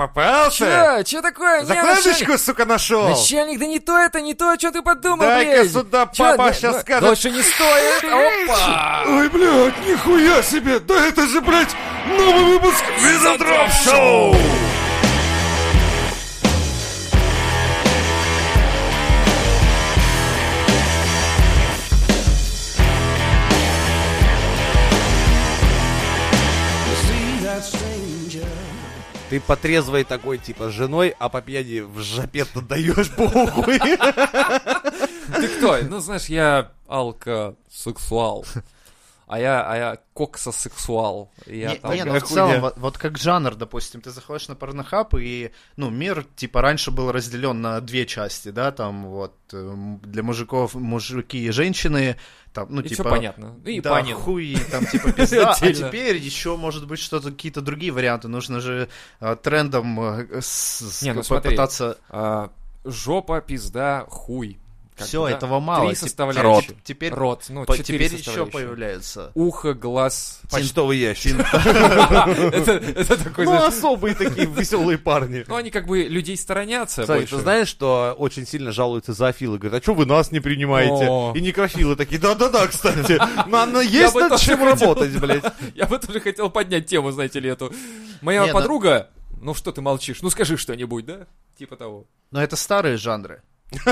попался? Че такое? Закладочку, сука, нашел. Начальник, да не то, о чем ты подумал, Дай-ка блядь. сюда, папа сейчас скажет. Лучше не стоит. Опа. Ой, блядь, нихуя себе. Да это же, блядь, новый выпуск Мизантроп Шоу. Ты по трезвой такой, типа, с женой, а по пьяни в жопет даешь похуй. Ты кто? Ну, знаешь, я алкосексуал. А я коксосексуал. Не, ну в целом, вот как жанр, допустим, ты заходишь на Pornhub, и, ну, мир, типа, раньше был разделен на две части, да, там, вот, для мужиков, мужики и женщины, там, ну, и типа... все понятно. И да, понятно. хуй, там, типа, пизда, а теперь еще, может быть, что-то, какие-то другие варианты, нужно же трендом пытаться... Жопа, пизда, хуй. Все, этого мало. 3 составляющие. Теперь рот, ну, 4 теперь еще составляющие. появляется. Ухо, глаз. Почтовый ящик. Это такой, Ну, знаешь... особые такие веселые парни. Ну, они как бы людей сторонятся Кстати, больше. ты знаешь, что очень сильно жалуются зоофилы? Говорят, а что вы нас не принимаете? О. И некрофилы такие, да-да-да, кстати. Есть над чем работать, блядь. Я бы тоже хотел поднять тему, знаете ли, эту. Моя Не, подруга... Ну, что ты молчишь? Ну, скажи что-нибудь, да? Типа того. Но это старые жанры.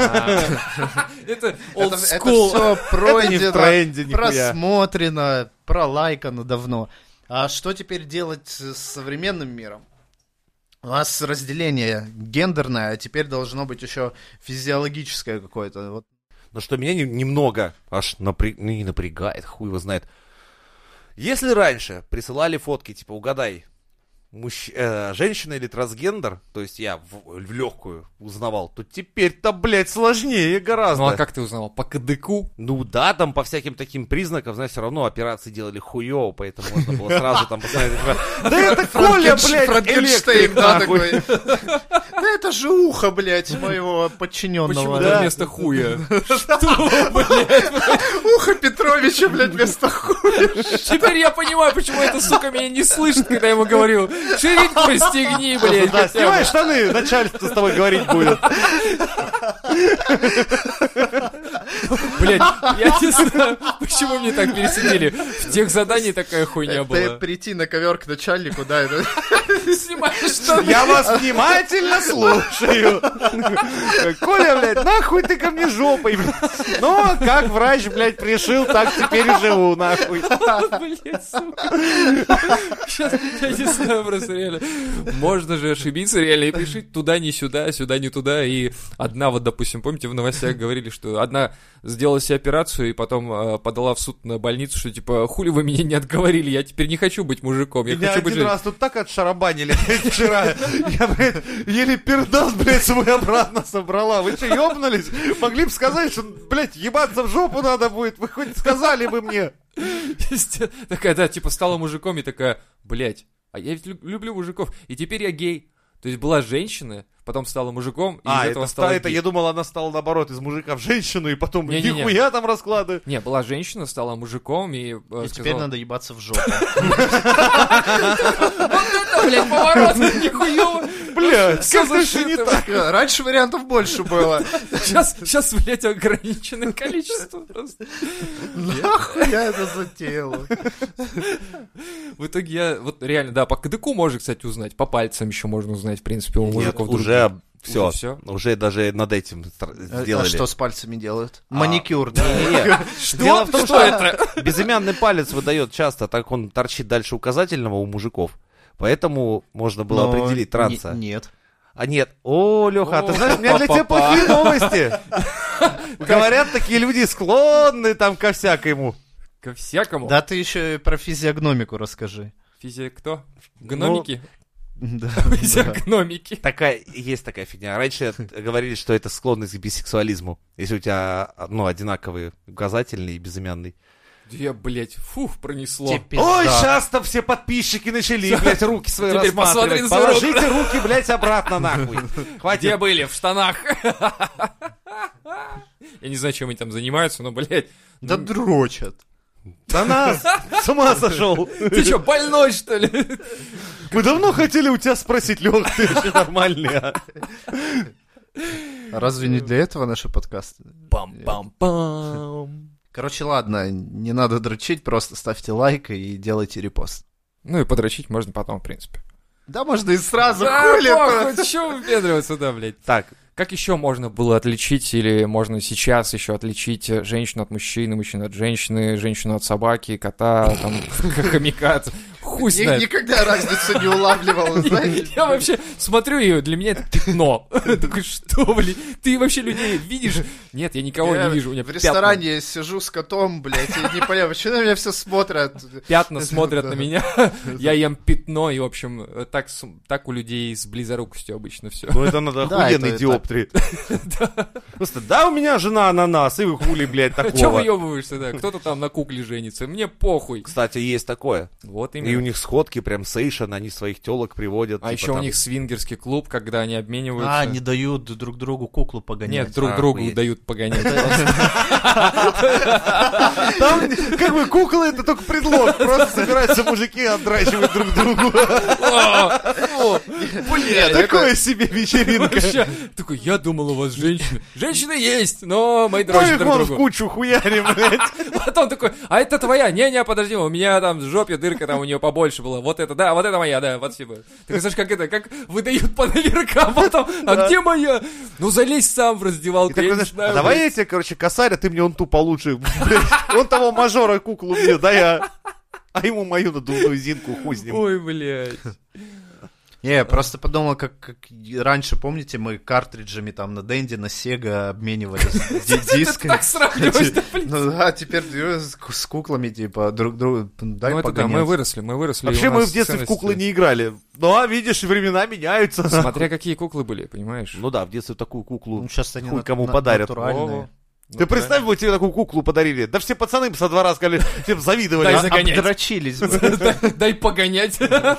Это old Это school. все пройдено, в тренде, нихуя. просмотрено, пролайкано давно. А что теперь делать с современным миром? У нас разделение гендерное, а теперь должно быть еще физиологическое какое-то. Вот. Но что меня немного аж не напрягает, хуй его знает. Если раньше присылали фотки, типа, угадай, женщина или трансгендер, то есть я в легкую узнавал, то теперь-то, блядь, сложнее гораздо. Ну, а как ты узнавал? По КДКу? Ну да, там по всяким таким признакам, знаешь, все равно операции делали хуёво, поэтому можно было сразу там посмотреть. Да это Коля, блядь, Франкенштейн, электрик, да, нахуй. такой. Да это же ухо, блядь, моего Почему подчиненного. да вместо хуя? Что, блядь? Ухо Петровича, блядь, вместо хуя. Теперь я понимаю, почему эта сука меня не слышит, когда я ему говорю. Ширинку расстегни, блядь. Да, снимай штаны, начальство с тобой говорить будет. Блядь, я не знаю, почему мне так пересидели. В тех заданиях такая хуйня Да была. прийти на ковер к начальнику, да, это... Снимаешь штаны. Я вас внимательно слушаю. Коля, блядь, нахуй ты ко мне жопой, блядь. Ну, как врач, блядь, пришил, так теперь и живу, нахуй. Блядь, сука. Сейчас, я не знаю, просто реально. Можно же ошибиться реально и пришить туда, не сюда, сюда, не туда. И одна, вот, допустим, помните, в новостях говорили, что одна сделала себе операцию и потом подала в суд на больницу, что, типа, хули вы меня не отговорили, я теперь не хочу быть мужиком, я Меня хочу быть один раз тут так отшарабанили, блядь, вчера. Я, блядь, еле пердас, блядь, свой обратно собрала. Вы что, ёбнулись? Могли бы сказать, что, блядь, ебаться в жопу надо будет. Вы хоть сказали бы мне. Такая, да, типа, стала мужиком и такая, блядь, а я ведь люблю мужиков, и теперь я гей. То есть была женщина, потом стала мужиком, и из этого стала гей. Я думал, она стала, наоборот, из мужика в женщину, и потом Не-не-не. нихуя там расклады. Не, была женщина, стала мужиком, и Теперь надо ебаться в жопу. блядь, поворот, нихуёво. Блядь, Всё как же не зашито. так. Раньше вариантов больше было. Сейчас, блядь, ограниченное количество просто. Нахуй я это затеял. В итоге я, вот реально, да, по КДКу можно, кстати, узнать, по пальцам еще можно узнать, в принципе, у Нет, мужиков. уже все. всё? Уже даже над этим А сделали. что с пальцами делают? Маникюр, да? Дело в том, Что что это? безымянный палец выдает часто, так он торчит дальше указательного у мужиков. Поэтому можно было Но определить транса. Нет. А нет. О, Леха, ты О, знаешь, у меня для тебя па-па-па. плохие новости. Говорят, такие люди склонны там ко всякому. Ко всякому. Да ты еще и про физиогномику расскажи. Кто? Гномики? Да. Физиогномики. Есть такая фигня. Раньше говорили, что это склонность к бисексуализму. Если у тебя, одинаковые указательный и безымянный. Я, блядь, пронесло. Ой, сейчас-то все подписчики начали, блядь, руки свои Теперь посмотри рассматривать. на свою Положите руки, блядь, обратно нахуй. Где Хватит. были? В штанах. Я не знаю, чем они там занимаются, но, блядь. Да дрочат. Да нас! С ума сошел! Ты что, больной, что ли? Мы давно хотели у тебя спросить, Лёх, ты вообще нормальный, а? Разве не для этого наши подкасты? Пам-пам-пам. Короче, ладно, не надо дрочить, просто ставьте лайк и делайте репост. Ну и подрочить можно потом, в принципе. Да, можно и сразу, Да, хули. похуй, чё выпендриваться, да, блядь. Так, Как еще можно было отличить, или можно сейчас еще отличить женщину от мужчины, мужчину от женщины, женщину от собаки, кота, там, хомяка, хуй знает. Никогда разницу не улавливал, знаете. Я вообще смотрю ее, для меня это пятно. Такой, что, блин, ты вообще людей видишь? Нет, я никого не вижу, у меня в ресторане сижу с котом, блядь, и не понимаю, почему на меня все смотрят. Пятна смотрят на меня, я ем пятно, и, в общем, так у людей с близорукостью обычно все. ну это надо Да, охуенный это диоптрий. Просто, да, у меня жена ананас, и вы хули, блядь, Чё такого. выёбываешься, да? Кто-то там на кукле женится, мне похуй. Кстати, есть такое. Вот И у именно. них сходки прям сейшен, они своих телок приводят. А типа еще у там. них свингерский клуб, когда они обмениваются. А, не дают друг другу куклу погонять. Нет, друг А, другу охуеть. дают погонять. Там, как бы, куклы это только предлог. Просто собираются мужики и отдрачивают друг другу. Блядь, Такое себе вечеринка. вообще. Такой, я думал, у вас женщины. Женщины есть, но мы Ну дрочим их друг вон в другу. кучу хуярим, блядь. Потом такой, а это твоя? Не-не, подожди, у меня там в жопе дырка, там у нее побольше была. Вот это, да, вот это моя, да, спасибо. Ты знаешь, как это, как выдают по наверхам потом, а где моя? Ну залезь сам в И раздевалку, такой, я не знаешь, знаю. а давай блядь. я тебе, короче, косарь, а ты мне он ту получше. Блядь, он того мажора куклу мне, да я. А ему мою надувную зинку хуй с ним. Ой, блядь. Не, я просто подумал, как раньше, помните, мы картриджами там на Денди, на Сега обменивались Ты дисками. так сравниваешь, да, блин. Ну да, теперь с куклами, типа, друг другу, дай Ну это да, погонять. мы выросли. и Вообще у мы нас в детстве в ценности- куклы не играли. Ну а видишь, времена меняются. Смотря какие куклы были, понимаешь? Ну да, в детстве такую куклу. Ну, сейчас они Хуй кому подарят. натуральные. Ты представь, вот тебе такую куклу подарили. Да все пацаны со двора сказали, всем завидовали. Дай А- загонять. Обдрочились. Дай погонять.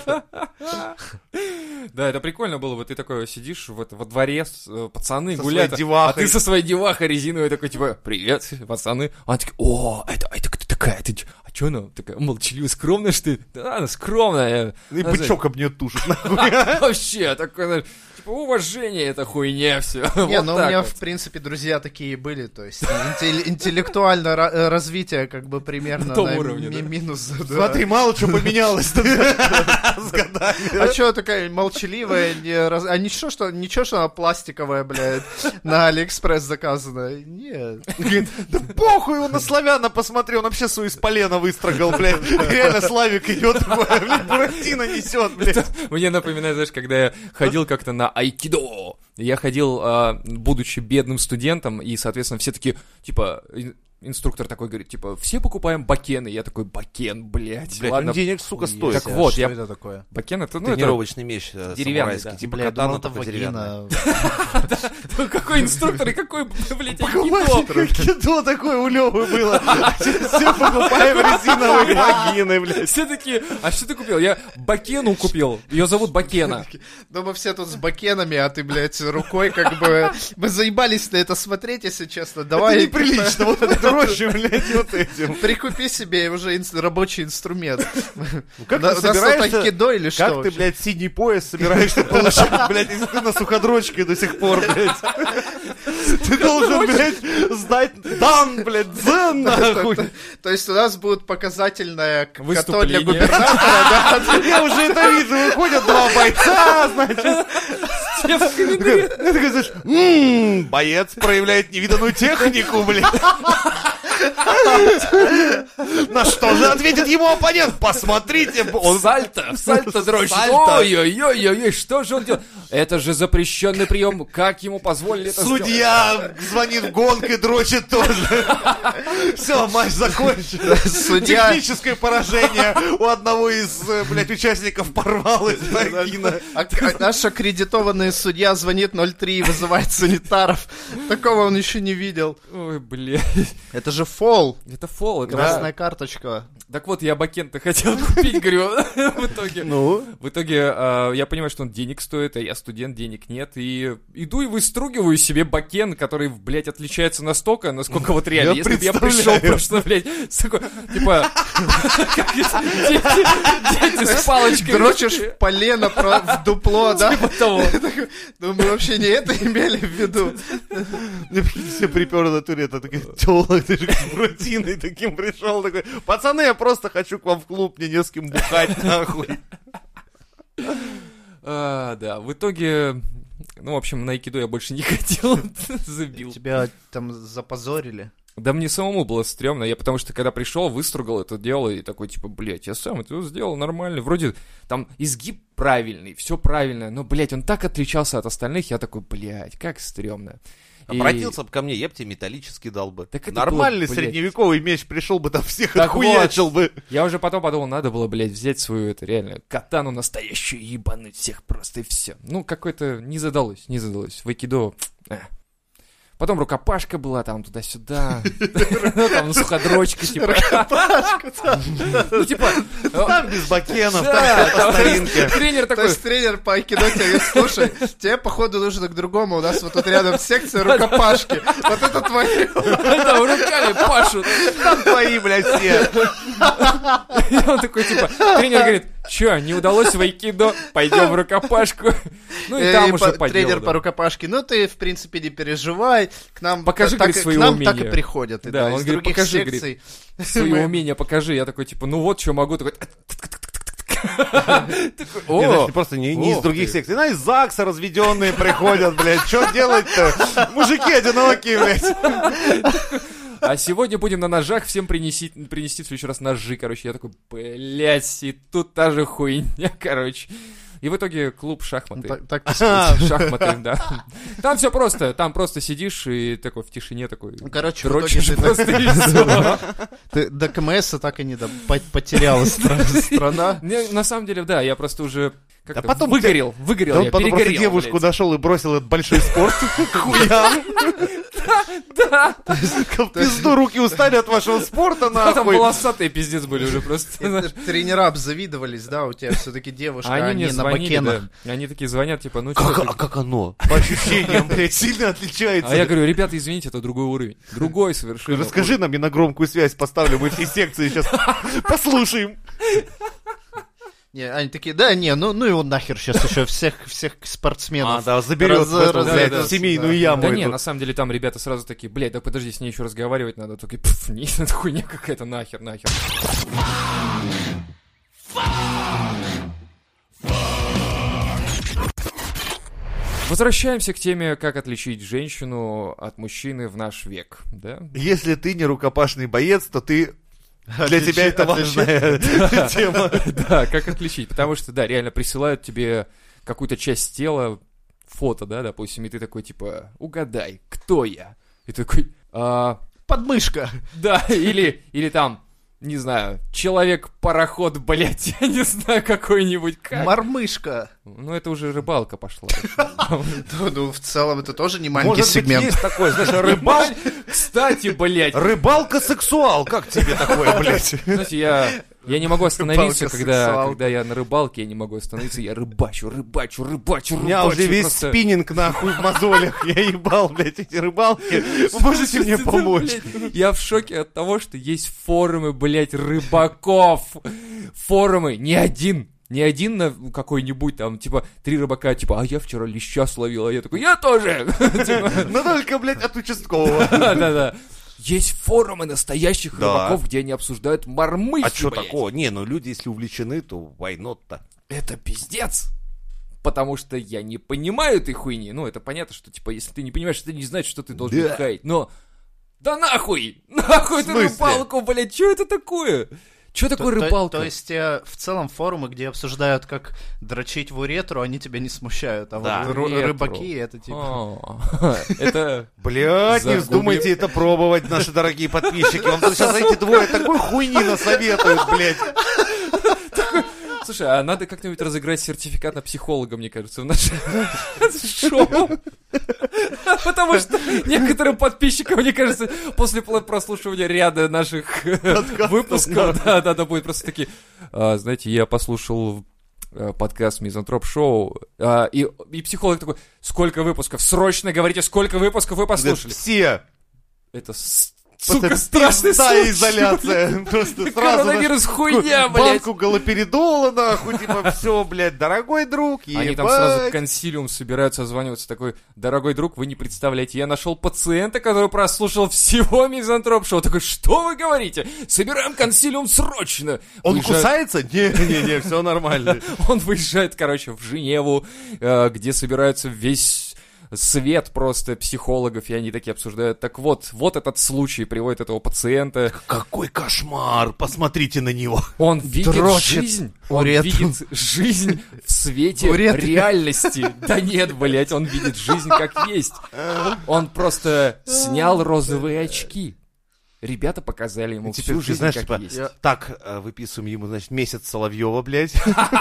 Да, это прикольно было. Вот ты такой сидишь во дворе, пацаны Со гуляют, своей а девахой. ты со своей девахой резиновой такой, типа, привет, пацаны. А они такие, о, это кто такая? Ты чё? А чё она такая молчаливая, скромная, что ли? Да, она скромная. И Она, бычок об нее тушит. нахуй. Вообще, такой, знаешь, типа, уважение, это хуйня все. Не, ну у меня, в принципе, друзья такие были, то есть интеллектуальное развитие как бы примерно На том на уровне, да? минус. да. Смотри, мало что поменялось с годами. А чё такая молчаливая, а ничего, что она пластиковая, блядь, на Алиэкспресс заказана? Нет. Говорит, да похуй, он на славяна посмотри, он вообще свою из полена выстрогал, блядь. Реально Славик идет такой, блядь, Буратино несет, блядь. Мне напоминает, знаешь, когда я ходил как-то на айкидо. Я ходил, будучи бедным студентом, и, соответственно, все такие, типа, инструктор такой говорит, типа, все покупаем бакены. Я такой, бакен, блядь, Блядь, ладно. он денег, сука, стоит. Так вот, что я- это такое? Бакен это, ну, это... Тренировочный меч деревянный, самурайский, да. типа Бля, я думал, катана, это только деревянная. вагина. Какой инструктор и какой, блядь, Покупайте, айкидо. кидо такое у Лёвы было. А сейчас все покупаем резиновые вагины, блядь. Все такие, а что ты купил? Я бакену купил, ее зовут Бакена. Ну мы все тут с бакенами, а ты, блядь, рукой как бы... Мы заебались на это смотреть, если честно. Это Давай... неприлично, вот это дрожжи, блядь, вот этим. Прикупи себе уже рабочий инструмент. Как На- ты у нас тут собираешься... айкидо или что? Как ты, вообще? блядь, синий пояс собираешься получить, блядь, если ты на суходрочке до сих пор, блядь? Ты должен, блядь, сдать дан, блядь, дзен, нахуй. То есть у нас будет показательное като для Выступление. губернатора, да? Я уже это вижу, выходят два бойца, значит. Ты такой, знаешь, боец проявляет невиданную технику, блядь. На что же ответит ему оппонент? Посмотрите, он... Сальто дрочит. Сальто. Ой-ой-ой, что же он делает? Это же запрещенный прием. Как ему позволили это сделать? Судья звонит в гонг и дрочит тоже. Все, матч закончен. Судья... Техническое поражение у одного из, блядь, участников порвалось вагина. Наш аккредитованный судья звонит 03 и вызывает санитаров. Такого он еще не видел. Ой, блядь. Это же фол. Это фол, это Красная карточка. Так вот, я бакен-то хотел купить, говорю, в итоге. Ну? В итоге я понимаю, что он денег стоит, а я студент, денег нет, и иду и выстругиваю себе бакен, который, блядь, отличается настолько, насколько вот реально, если бы я пришел просто, блядь, с такой, типа, как дети с палочкой. Дрочишь в полено в дупло, да? Типа того. Ну, мы вообще не это имели в виду. Все приперли на туре, это такой телок, ты же с брутиной таким пришел, такой, пацаны, я просто хочу к вам в клуб, мне не с кем бухать, нахуй. Да, в итоге, ну, в общем, на айкидо я больше не хотел, забил. Тебя там запозорили. Да мне самому было стрёмно, потому что когда пришел, выстругал это дело, и такой, типа, блядь, я сам это сделал нормально, вроде там изгиб правильный, все правильно, но, блядь, он так отличался от остальных, я такой, блядь, как стрёмно. Обратился бы ко мне, я бы тебе металлический дал бы. Так это нормальный было, блядь, средневековый меч пришел бы, там всех так отхуячил вот, бы. Я уже потом подумал, надо было, блядь, взять свою, это реально, катану настоящую, ебануть всех просто и все. Ну, какой-то не задалось. В айкидо, Потом рукопашка была, там, туда-сюда. Там суходрочка, типа. Ну, типа... Там без бакенов, там по старинке. Тренер То такой... есть тренер по айкидо тебе говорит, слушай, тебе, походу, нужно к другому, у нас вот тут рядом секция рукопашки. Вот это твое. Там руками пашут. Там твои, блядь, все. И он такой, типа... Тренер говорит, чё, не удалось в айкидо? Пойдем в рукопашку. Ну, и там уже по делу. Тренер по рукопашке, ну, ты, в принципе, не переживай. К нам покажи, так, говорит, свои к нам умения. так и приходят. Да, он из говорит, других покажи, секций. Свои умения покажи. Я такой, типа, ну вот, что могу. Такой... О, просто не из других секций. Ну, из ЗАГСа разведенные приходят, блядь. Что делать-то? Мужики одинокие, блядь. А сегодня будем на ножах всем принести в следующий раз ножи, короче. Я такой, блядь, и тут та же хуйня, короче. И в итоге клуб шахматы. Шахматы, да. Там все просто. Там просто сидишь и такой в тишине такой. Короче, дрочишь просто и всё. ты до КМС так и не потеряла страна. На самом деле, да, я просто уже как-то потом выгорел, я потом просто перегорел. девушку блядь. нашел и бросил этот большой спорт. Хуям. Да. В пизду руки устали от вашего спорта, Там нахуй. волосатые пиздец были уже просто. Тренера обзавидовались, да, у тебя все-таки девушка, Они они мне на звонили, бакенах. да. Они такие звонят, типа, ну А что. как оно? По ощущениям, блядь, сильно отличается. А я говорю, ребята, извините, это другой уровень. Другой совершенно. Расскажи нам, я на громкую связь поставлю, мы все секции сейчас послушаем. Не, они такие, да, не, ну его нахер сейчас еще всех спортсменов. Да, заберет да, семейную яму. Да не, на самом деле там ребята сразу такие, блядь, да подожди, с ней еще разговаривать надо. Такие, пф, не, это хуйня какая-то, нахер. Возвращаемся к теме, как отличить женщину от мужчины в наш век, да? Если ты не рукопашный боец, то ты... Для тебя это важная тема. Да, как отличить? Потому что, да, реально присылают тебе какую-то часть тела, фото, да, допустим, и ты такой, типа, угадай, кто я? И ты такой, Подмышка. да, или там, не знаю, человек-пароход, блядь, я не знаю, какой-нибудь. Как? Мормышка. Ну, это уже рыбалка пошла. Ну, в целом, это тоже не маленький Может быть, сегмент. есть такой, знаешь, Кстати, блядь, рыбалка-сексуал. Как тебе такое, блядь? знаете, я не могу остановиться, Рыбалка-сексуал. когда я на рыбалке, я не могу остановиться, я рыбачу. У меня уже весь просто. спиннинг нахуй в мозолях. Я ебал, блядь, эти рыбалки. Вы можете мне помочь? Я в шоке от того, что есть форумы, блядь, рыбаков. Форумы, не один на какой-нибудь там, типа, 3 рыбака, типа, а я вчера леща словил, а я такой, я тоже! Но только, блядь, от участкового. Да-да. Есть форумы настоящих Да. рыбаков, где они обсуждают мормышки, А что блядь. такого? Не, ну люди, если увлечены, то why not-то? Это пиздец. Потому что я не понимаю этой хуйни. Ну, это понятно, что, типа, если ты не понимаешь, ты не знаешь, что ты должен Да. хаять. Но, да нахуй! Нахуй В ты смысле? рыбалку, блядь, что это такое? Что такое рыбалка? То есть, в целом, форумы, где обсуждают, как дрочить в уретру, они тебя не смущают. А Да. вот Уретру. рыбаки, это типа... Это... Блядь, не Загугли. вздумайте это пробовать, наши дорогие подписчики. Вам тут сейчас эти двое такой хуйни насоветуют, блядь. Слушай, а надо как-нибудь разыграть сертификат на психолога, мне кажется, в наше шоу. Потому что некоторым подписчикам, мне кажется, после прослушивания ряда наших выпусков, да, будет просто такие, знаете, я послушал подкаст Мизантроп Шоу. И психолог такой: сколько выпусков? Срочно говорите, сколько выпусков вы послушали? Все. Это, сука, страшный Да, случай. изоляция. Просто сразу Коронавирус хуйня, блядь. банку галоперидола, нахуй, типа, все, блядь, дорогой друг, Они там сразу консилиум собираются, озваниваться, такой: дорогой друг, вы не представляете, я нашел пациента, который прослушал всего Мизантроп Шоу. Такой: что вы говорите? Собираем консилиум срочно. Он Выезжает- кусается? Не, все нормально. Он выезжает, короче, в Женеву, где собираются весь свет просто психологов, и они такие обсуждают. Так вот этот случай, приводит этого пациента. Какой кошмар, посмотрите на него. Он видит Дрочит. жизнь. Он Урет. видит жизнь в свете Урет. реальности. Да нет, блять, он видит жизнь как есть. Он просто снял розовые очки. Ребята показали ему Теперь всю ты жизнь знаешь, как типа, есть. так, выписываем ему, значит, месяц Соловьева, блядь.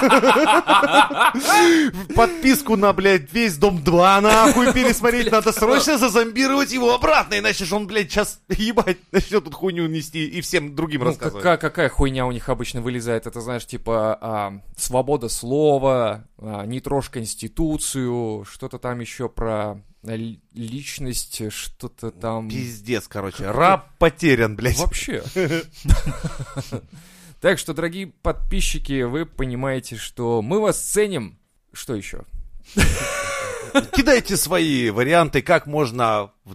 Подписку на, блядь, весь Дом 2, нахуй, пересмотреть. Надо срочно зазомбировать его обратно, иначе же он, блядь, сейчас, ебать, начнет тут хуйню нести и всем другим Ну, рассказывать. какая хуйня у них обычно вылезает? Это, знаешь, типа, свобода слова, не трожь Конституцию, что-то там еще про личность, что-то там... Пиздец, короче, раб потерян, блядь. Вообще. Так что, дорогие подписчики, вы понимаете, что мы вас ценим. Что еще? Кидайте свои варианты, как можно в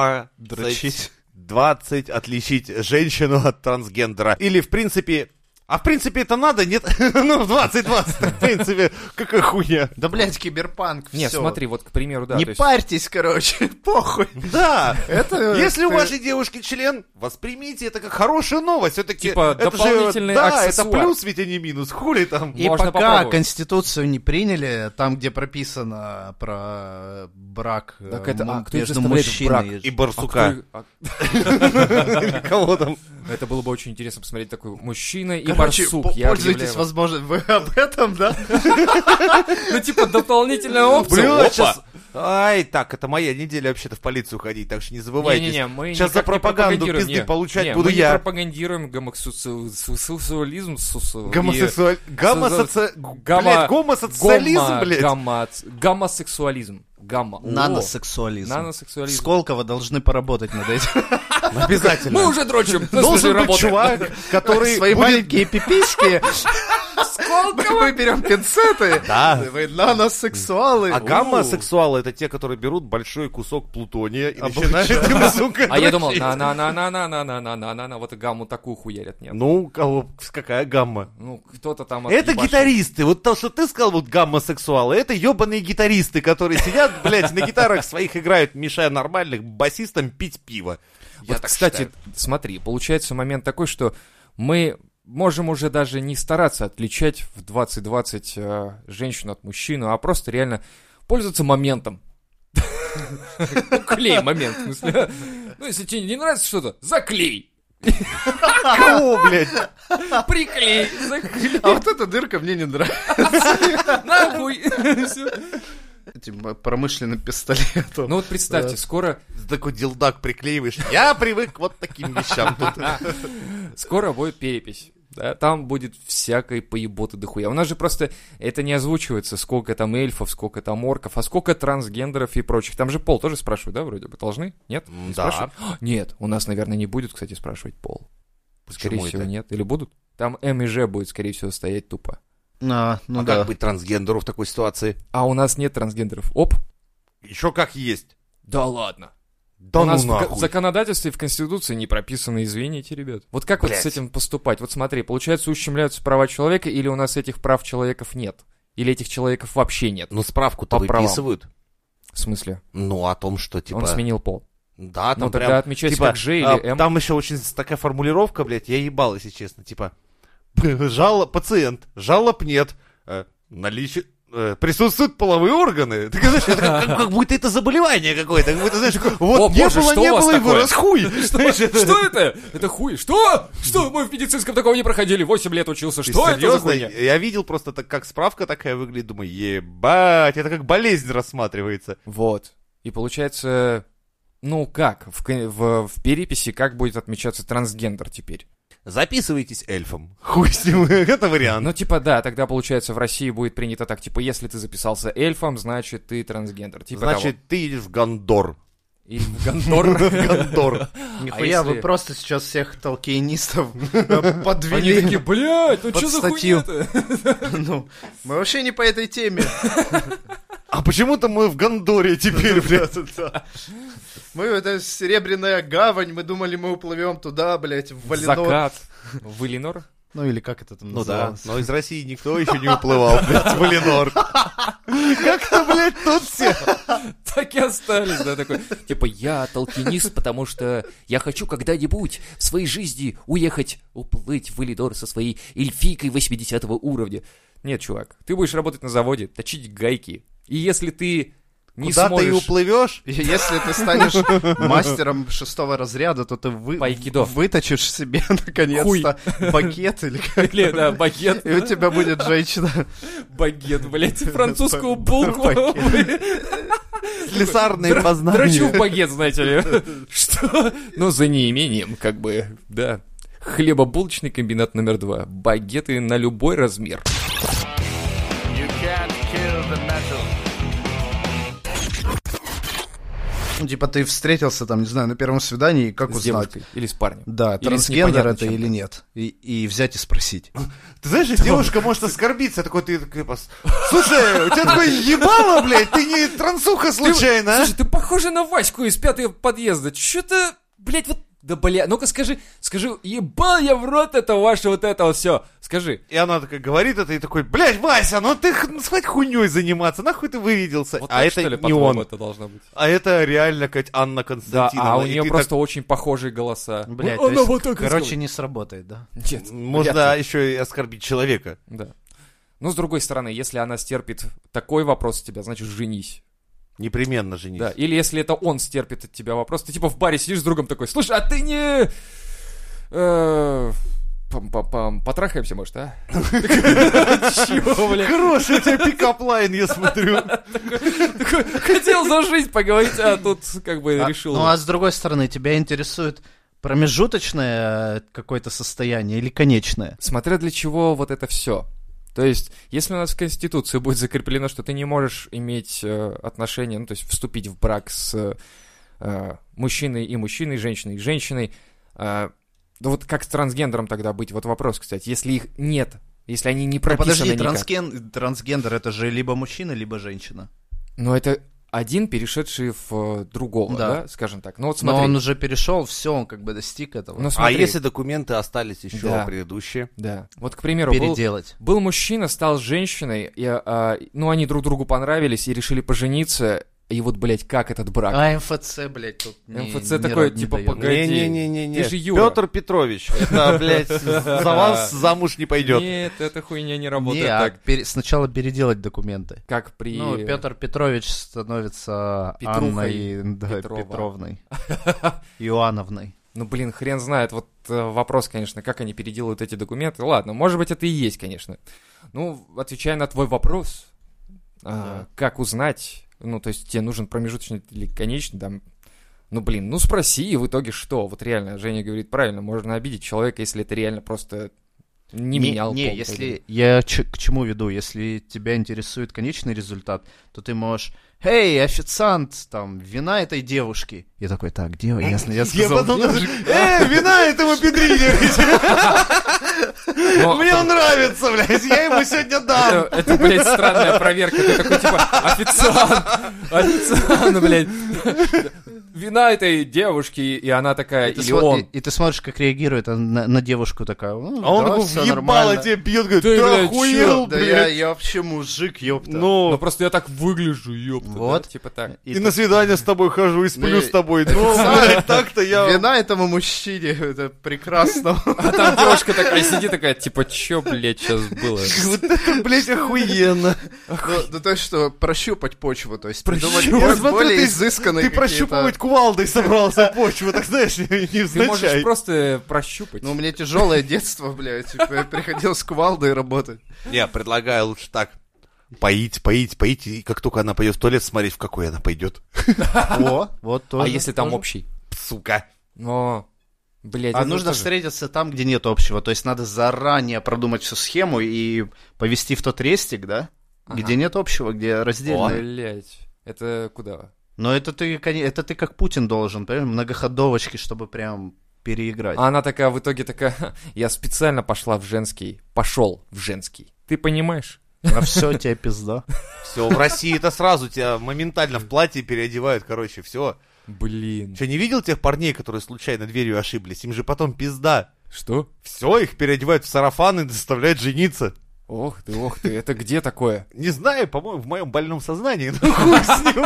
20 отличить женщину от трансгендера. Или, в принципе... А в принципе это надо, нет? Ну, в 2020, в принципе, какая хуйня. Да, блядь, киберпанк, Не, всё. смотри, вот, к примеру, да. Не то есть- парьтесь, короче, похуй. Да, Это... если у ты- вашей девушки член, воспримите это как хорошую новость. Все-таки Типа это дополнительный же, да, это аксессуар. плюс, ведь а не минус. Хули там. И Можно пока попробовать. Конституцию не приняли, там, где прописано про брак Так это, кто их между заставляет в мужчиной И А барсука. Или кого там. Это было бы очень интересно посмотреть, такой мужчина и Короче, барсук. Я пользуйтесь объявляю. возможностью. Вы об этом, да? Ну, типа, дополнительная опция. Бля, Опа. сейчас... Ай, так, это моя неделя вообще-то в полицию ходить, так что не забывайте. Не-не-не, мы Сейчас за никак не пропаганду пропагандируем, пизды не. получать Не, буду мы я. не пропагандируем гомосексуализм. Гомосоциализм, блядь. Гомосексуализм. Наносексуализм. Наносексуализм. Сколково должны поработать над этим. Обязательно. Мы уже дрочим. Должен быть чувак, который Свои будет... маленькие пиписьки. Мы берем пинцеты. Да. Вы наносексуалы. А гамма-сексуалы — это те, которые берут большой кусок плутония и Обычно. начинают им, сука, А я думал, дрочить. на вот и гамму такую хуярят, нет. Ну, какая гамма? Ну, кто-то там Это отъебашил. гитаристы. Вот то, что ты сказал, вот гамма-сексуалы, это ебаные гитаристы, которые сидят, блядь, на гитарах своих играют, мешая нормальных басистам пить пиво. Я Вот, так кстати, считаю. смотри, получается момент такой, что мы можем уже даже не стараться отличать в 2020 женщину от мужчину, а просто реально пользоваться моментом. Клей момент, в смысле. Ну, если тебе не нравится что-то, заклей. Кого, блядь? Приклей, заклей. А вот эта дырка мне не нравится. Нахуй. Всё. Этим промышленным пистолетом. Ну вот представьте, скоро Такой дилдак приклеиваешь. Я привык к вот таким вещам тут. Скоро будет перепись. Да, там будет всякой поеботы дохуя. У нас же просто это не озвучивается, сколько там эльфов, сколько там орков, а сколько трансгендеров и прочих. Там же пол тоже спрашивают, да, вроде бы? Должны? Нет? Не Да. спрашивают? Нет, у нас, наверное, не будет, кстати, спрашивать пол. Скорее Почему всего, это? нет. Или будут? Там М и Ж будет, скорее всего, стоять тупо. Ну А да. как быть трансгендеру в такой ситуации? А у нас нет трансгендеров. Оп. Еще как есть. Да ладно. Да у ну нас в нахуй. законодательстве и в Конституции не прописано, извините, ребят. Вот как вот Блядь. с этим поступать? Вот смотри, получается, ущемляются права человека, или у нас этих прав человеков нет? Или этих человеков вообще нет? Ну, справку-то По правам. выписывают. В смысле? Ну, о том, что, типа... Он сменил пол. Да, там Ну, тогда прям... отмечайте типа, как Ж или М. Там еще очень такая формулировка, блядь, я ебал, если честно. Типа, пациент, жалоб нет, наличие... Присутствуют половые органы. Ты знаешь, это как будто это заболевание какое-то. Как будто, знаешь, вот О, не боже, было, что не у вас было, и такое? вырос хуй. Знаешь, Что это? Это хуй. Что? Что? Мы в медицинском такого не проходили. 8 лет учился. Ты Что это за серьезно? хуйня? Я видел просто так, как справка такая выглядит, думаю, ебать, это как болезнь рассматривается. Вот. И получается, ну как? В переписи как будет отмечаться трансгендер теперь? записывайтесь эльфом. Хуй с ним, это вариант. Ну, типа, да, тогда, получается, в России будет принято так, типа, если ты записался эльфом, значит, ты трансгендер. Типа Значит, ты едешь в Гондор. Или в Гондор. Гондор. Нихуя, если- вы просто сейчас всех толкиенистов Они подвели. такие, блядь, ну Под что за статью. хуйня-то? Ну, мы вообще не по этой теме. А почему-то мы в Гондоре теперь, блядь. Мы, это Серебряная гавань, мы думали, мы уплывем туда, блядь, в Валинор. Закат. В Элинор? Ну, или как это там Ну да, называлось? но из России никто еще не уплывал, блядь, в Валинор. Как-то, блядь, тут все. Так и остались, да, такой. Типа, я толкинист, потому что я хочу когда-нибудь в своей жизни уплыть в Элинор со своей эльфийкой 80 уровня. Нет, чувак, ты будешь работать на заводе, точить гайки. И если ты не Куда сможешь... ты и уплывешь? Если ты станешь мастером 6 разряда, то ты По айкидо. выточишь себе, наконец-то, багет или как. Или, да, багет. И у тебя будет женщина. Багет, блядь, французскую булку. Слесарные Дрочу познания. в багет, знаете ли. Что? Ну, за неимением, как бы, да. Хлебобулочный комбинат номер 2. Багеты на любой размер. Ну, типа, ты встретился там, не знаю, на первом свидании, и как С узнать? девушкой или с парнем. Да, Или с трансгендер непонятно это чем-то. или нет. И взять и спросить. Ты знаешь, девушка может оскорбиться, такой ты такой, слушай, у тебя такое ебало, блядь, ты не трансуха случайно, а? Слушай, ты похожа на Ваську из 5-го подъезда. Чё-то, блядь, вот... Да, бля, ну-ка скажи, ебал я в рот это ваше вот это вот все. Скажи. И она такая говорит это, и такой, блядь, Вася, ну ты хватит хуйней заниматься, нахуй ты вырядился. Вот А так, это что ли, не по-твоему, он, это должно быть? а это реально какая-то Анна Да, Константиновна. а у И нее ты просто очень похожие голоса. Блядь, Ну, то она есть, вот так и короче, сказала. не сработает, да? Нет, так, можно вряд ли. еще и оскорбить человека. Да. Ну, с другой стороны, если она стерпит такой вопрос от тебя, значит, женись. Непременно женись. Да, или если это он стерпит от тебя вопрос, ты типа в баре сидишь с другом такой, слушай, а ты не... Потрахаемся, может, а? Чего, бля? Хороший у тебя пикап-лайн, я смотрю. Такой, хотел за жизнь поговорить, а тут как бы решил. Ну, а с другой стороны, тебя интересует промежуточное какое-то состояние или конечное? Смотря для чего вот это все. То есть, если у нас в Конституции будет закреплено, что ты не можешь иметь отношения, ну, то есть вступить в брак с мужчиной и мужчиной, женщиной и женщиной, да вот как с трансгендером тогда быть? Вот вопрос, кстати. Если их нет, если они не Ну, прописаны подожди, никак. трансгендер это же либо мужчина, либо женщина. Но это один, перешедший в другого, Да. да, скажем так. Ну вот Но смотри. он уже перешел, все, он как бы достиг этого. Ну, А смотри. если документы остались еще Да. предыдущие? Да. Вот, к примеру, был, Переделать. был мужчина, стал женщиной, и, ну, они друг другу понравились и решили пожениться. И вот, блядь, как этот брак? А МФЦ, блядь, тут МФЦ такой, типа, погоди. Не-не-не-не. Ты же Юра. Петр Петрович, это, блядь, за вас замуж не пойдет. Нет, эта хуйня не Не, работает а так, сначала переделать документы. как при... Ну, Петр Петрович становится Петрухой. Анной да, Петрова. Петровной. Иоанновной. Ну, блин, хрен знает. Вот вопрос, конечно, как они переделают эти документы. Ладно, может быть, это и есть, конечно. Ну, отвечая на твой вопрос, как узнать, ну, то есть тебе нужен промежуточный или конечный, там, ну, блин, ну, спроси, и в итоге что? Вот реально, Женя говорит правильно, можно обидеть человека, если это реально просто не менял Не, пол. если... Я к чему веду? Если тебя интересует конечный результат, то ты можешь... «Эй, официант, там, вина этой девушки». Я такой, так, где? Я Я сказал, потом девушка. даже, вина этому Петрине, Но мне он нравится, блядь, я ему сегодня дам. это, блядь, странная проверка. Ты такой, типа, официант, блядь. Вина этой девушки, и она такая, И ты или смо- он. и ты смотришь, как реагирует она на девушку такая. «Ну, А он да, такой всё въебало нормально». тебе бьет, говорит, Ты, ты блядь, охуел, Да блядь. я вообще мужик, ёпта. Ну, Ну, просто я так выгляжу, ёпта, Вот. да? Типа так. и на свидание с тобой хожу, и сплю Ну, с тобой. Ну, блядь, так-то я... Вина этому мужчине, это прекрасно. А там девушка такая сидит, такая, типа, чё, блядь, сейчас было? Вот это, блядь, охуенно. Ну, то есть что, прощупать почву, то есть Прощупать. придумать Я смотрю, более ты- изысканные Ты какие-то... прощупывать кувалдой собрался почву, так знаешь, Ты можешь невзначай. просто прощупать. Ну, у меня тяжелое детство, блядь, типа, приходилось с кувалдой работать. Не, предлагаю лучше так. Поить, и как только она пойдет в туалет, смотреть, в какой она пойдет. О, вот тоже. А если там тоже. общий? Сука. Но... Блядь, А это нужно тоже- встретиться там, где нет общего. То есть надо заранее продумать всю схему и повести в тот рестик, да? Ага. Где нет общего, где раздельно. Блядь, это куда? Но это ты как Путин должен, понимаешь? Многоходовочки, чтобы прям переиграть. А она такая, в итоге такая, я специально пошел в женский. Ты понимаешь? А все, тебе пизда. Все, в России это сразу тебя моментально в платье переодевают, короче, все. Блин. Че, не видел тех парней, которые случайно дверью ошиблись? Им же потом пизда. Что? Все, их переодевают в сарафаны и заставляют жениться. Ох ты, это где такое? Не знаю, по-моему, в моем больном сознании, но хуй с ним.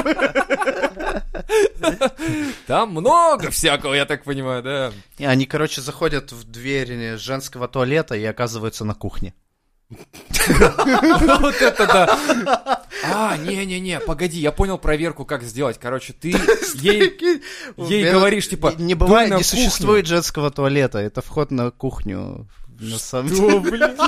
Там много всякого, я так понимаю, да. И они, короче, заходят в дверь женского туалета и оказываются на кухне. Вот это да. Не-не-не, погоди, я понял проверку, как сделать. Короче, ты ей говоришь, типа, Не бывает, «Дуй на не кухню». существует женского туалета. Это вход на кухню. На самом деле. Что, блин?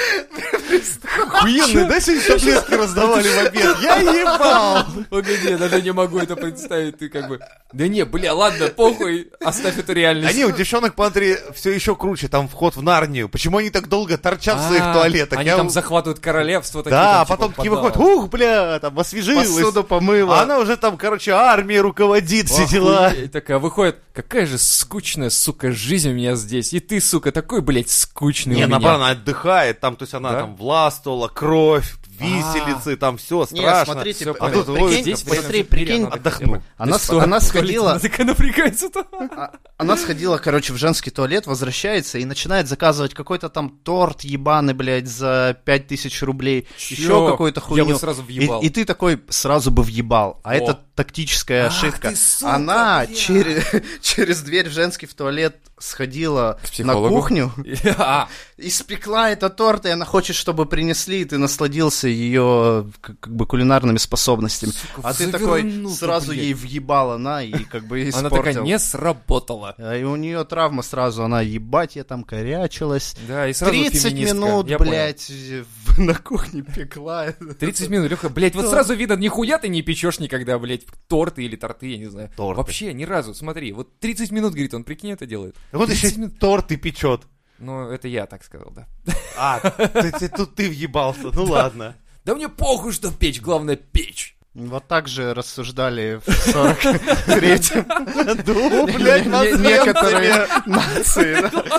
Охуенно, да, сегодня таблетки раздавали в обед? Я ебал! Погоди, я даже не могу это представить, ты как бы... Да не, бля, ладно, похуй, оставь эту реальность. А не, у девчонок, смотри, все еще круче, там вход в Нарнию. Почему они так долго торчат в своих туалетах? Они там захватывают королевство. такие, Да, там, а потом типа, такие подавал. выходят, бля, там освежилась. Посуду помыла. А она уже там, короче, армией руководит, все дела. Охуеть, такая выходит, какая же скучная, сука, жизнь у меня здесь. И ты, сука, такой, блядь, скучный Не, у меня. наоборот, она отдыхает, там, то есть она Да? там властвовала, кровь, виселицы, там все Не, страшно. смотрите, Всё, а тут прикинь, здесь смотри, прикинь, отдохну. она сходила, Она такая напрягается-то. она сходила, короче, в женский туалет, возвращается и начинает заказывать какой-то там торт ебаный, блядь, за 5000 рублей, еще какую-то хуйню. Я бы сразу въебал. И ты такой сразу бы въебал. А это тактическая ошибка. ты, сука, Она бля. через дверь в женский в туалет сходила К на психологу? кухню, А, испекла этот торт, и она хочет, чтобы принесли, и ты насладился ее как бы кулинарными способностями. А ты такой завернул-то, сразу блядь. ей въебала на, и как бы Она испортил. такая, не сработала. И у нее травма сразу, она ебать, я там корячилась. Да, и сразу 30 феминистка. минут, Я понял. блядь, на кухне пекла. 30 минут, Леха, блядь, вот сразу видно, нихуя ты не печешь никогда, блядь, торты или торты, я не знаю. Торты. Вообще, ни разу, смотри, вот 30 минут, говорит он, прикинь, это делает. Вот 30 еще минут. торт и печет. Ну, это я так сказал, да. А, тут ты въебался, ну ладно. Да мне похуй, что печь, главное печь. Вот так же рассуждали в 43-м Ну, блядь, некоторые нации. да.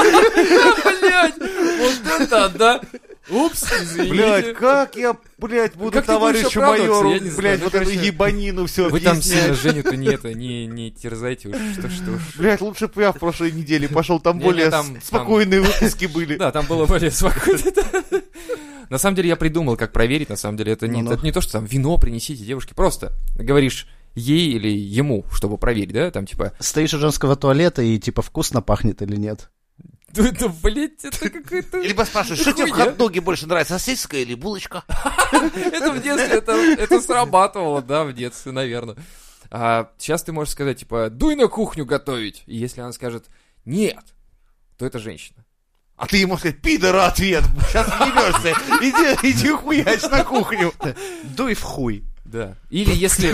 Блядь, вот это, да. Упс, извините. Блядь, как я, блядь, буду Как ты будешь товарищу оправдываться, майору, я не знаю, блядь, ну, вот эту короче, ебанину все Вы там сильно объяснять. Женю-то не терзайте уж, что уж. Блядь, лучше бы я в прошлой неделе пошел, там Не, более там- спокойные выпуски были. Да, там было более спокойно. На самом деле я придумал, как проверить, на самом деле это не, Ну-ну. это не то, что там вино принесите девушке, просто говоришь ей или ему, чтобы проверить, да, там типа, Стоишь у женского туалета и типа вкусно пахнет или нет? да, блядь, это какой-то... Либо спрашиваешь, что тебе в Хуйня. хот-доге больше нравится, сосиска или булочка? Это в детстве, это срабатывало, да, в детстве, наверное. А сейчас ты можешь сказать, типа, дуй на кухню готовить. И если она скажет нет, то это женщина. А ты ему сказать, пидора, ответ, сейчас въебешься, иди хуясь на кухню. Дуй в хуй. Да. Или если...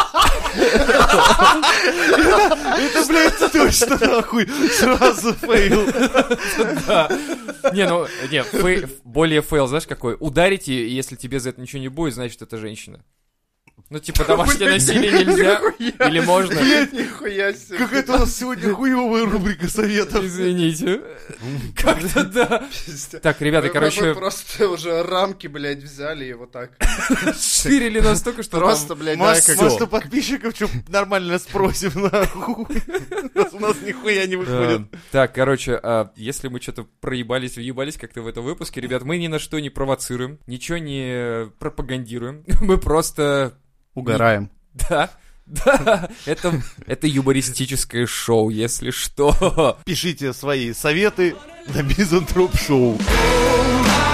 Это, блядь, точно нахуй, сразу фейл. Да. Не, более фейл, знаешь, какой? Ударить, и если тебе за это ничего не будет, значит, это женщина. Ну, типа, домашнее насилие нельзя? Или можно? Нихуя себе. Какая-то у нас сегодня хуевая рубрика советов. Извините. Как-то да. Так, ребята, Мы короче, просто уже рамки, блядь, взяли и вот так. ширили настолько, что Просто, там- блядь, Может, да, может, у подписчиков что нормально спросим, нахуй. Раз у нас нихуя не выходит. Так, короче, если мы что-то проебались, въебались как-то в этом выпуске, ребят, мы ни на что не провоцируем, ничего не пропагандируем, мы просто... Угораем. Да, да, это юмористическое шоу, если что. Пишите свои советы на Мизантроп Шоу. Oh,